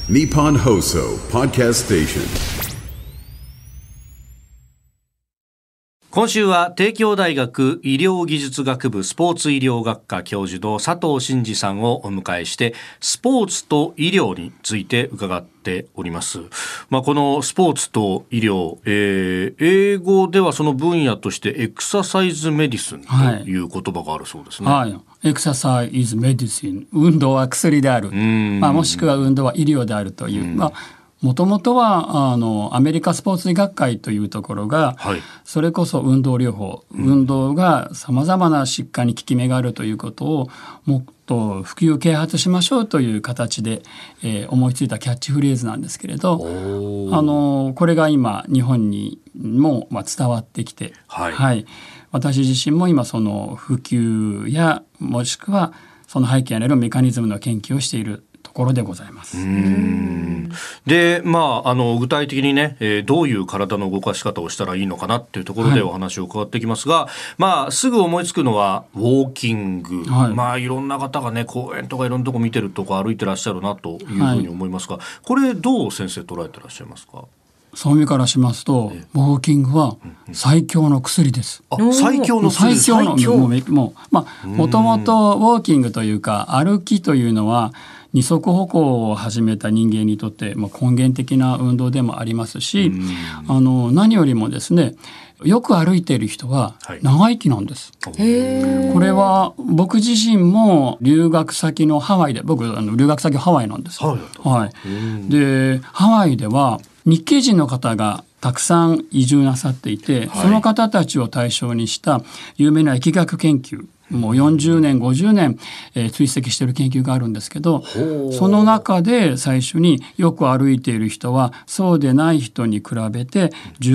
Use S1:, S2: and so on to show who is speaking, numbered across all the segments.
S1: Nippon Hoso Podcast Station。
S2: 今週は帝京大学医療技術学部スポーツ医療学科教授の佐藤真嗣さんをお迎えしてスポーツと医療について伺っております。このスポーツと医療、英語ではその分野としてエクササイズメディスンという言葉があるそうですね。
S3: はい、エクササイズメディシン、運動は薬である、もしくは運動は医療であるという、もともとはアメリカスポーツ医学会というところが、それこそ運動療法、運動がさまざまな疾患に効き目があるということをもっと普及啓発しましょうという形で、思いついたキャッチフレーズなんですけれど、これが今日本にも伝わってきて、私自身も今その普及やもしくはその背景にあるメカニズムの研究をしているところでございます。
S2: で、具体的にね、どういう体の動かし方をしたらいいのかなっていうところでお話を伺ってきますが、すぐ思いつくのはウォーキング、いろんな方がね公園とかいろんなとこ見てるとこ歩いてらっしゃるなというふうに思いますが、これどう先生捉えてらっしゃいますか？
S3: そういう意味からしますと、ウォーキングは最強の薬です。
S2: 最強の薬。
S3: 最強のもともとウォーキングというか歩きというのは二足歩行を始めた人間にとって根源的な運動でもありますし、何よりもですね、よく歩いている人は長生きなんです。これは僕自身も留学先のハワイで、僕留学先ハワイなんです。でハワイでは日系人の方がたくさん移住なさっていて、その方たちを対象にした有名な疫学研究、もう40年50年、追跡している研究があるんですけど、その中で最初によく歩いている人はそうでない人に比べて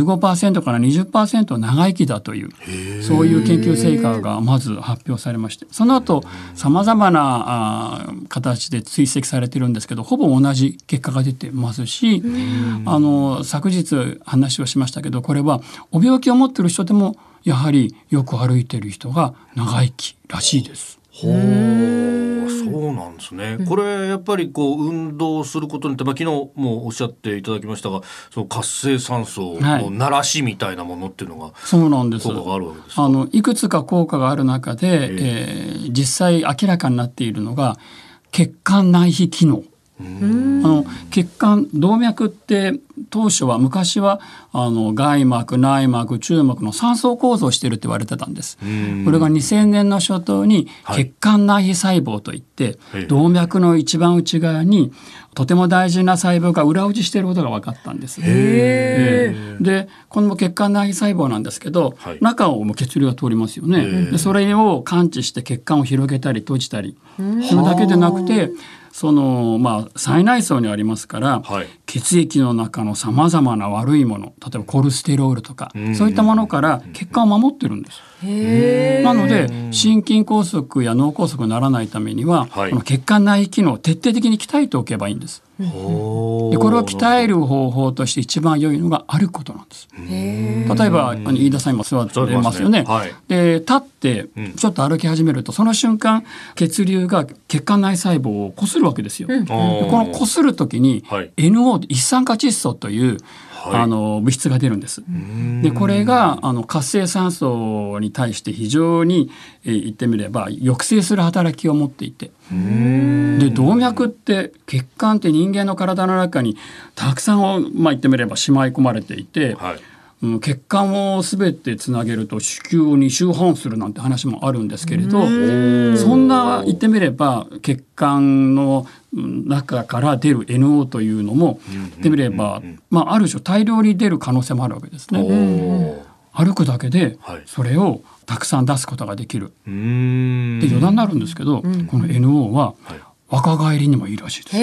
S3: 15% から 20% 長生きだという、そういう研究成果がまず発表されまして、その後さまざまな形で追跡されてるんですけど、ほぼ同じ結果が出てますし、昨日話をしましたけど、これはお病気を持っている人でもやはりよく歩いている人が長生きらしいです。
S2: そうなんですね。これやっぱり運動することによって、昨日もおっしゃっていただきましたが、その活性酸素の慣らしみたいなものっていうのが
S3: そうなんです。
S2: 効果があるわけですか？
S3: いくつか効果がある中で、実際明らかになっているのが血管内皮機能。血管動脈って当初は昔は外膜内膜中膜の3層構造をしていると言われてたんです。これが2000年の初頭に血管内皮細胞といって、動脈の一番内側にとても大事な細胞が裏打ちしていることが分かったんです。でこの血管内皮細胞なんですけど、中を血流が通りますよね。でそれを感知して血管を広げたり閉じたりするだけでなくて、その細内層にありますから、血液の中のさまざまな悪いもの、例えばコルステロールとか、そういったものから血管を守ってるんです。なので心筋梗塞や脳梗塞にならないためには、この血管内機能を徹底的に鍛えておけばいいんです。でこれを鍛える方法として一番良いのが歩くことなんです。例えば飯田さん今座ってますよね。で立ってちょっと歩き始めると、その瞬間血流が血管内細胞をこするわけですよ。でこのこする時に NO 一酸化窒素という物質が出るんです。でこれが活性酸素に対して非常に言ってみれば抑制する働きを持っていて、で動脈って血管って人間の体の中にたくさん言ってみればしまい込まれていて、血管を全てつなげると子宮を2周半するなんて話もあるんですけれど、そんな言ってみれば血管の中から出る NO というのも言ってみれば、ある種大量に出る可能性もあるわけですね。歩くだけでそれをたくさん出すことができる。で余談になるんですけど、この NO は若返りにもいいらしいです。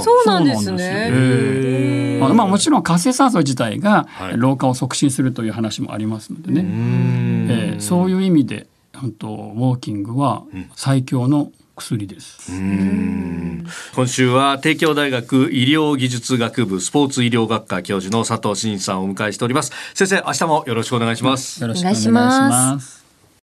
S4: そうなんですね。
S3: もちろん活性酸素自体が老化を促進するという話もありますのでね、そういう意味でウォーキングは最強の薬です。
S2: 今週は帝京大学医療技術学部スポーツ医療学科教授の佐藤真嗣さんをお迎えしております。先生、明日もよろしくお願いします。
S3: よろしくお願いします。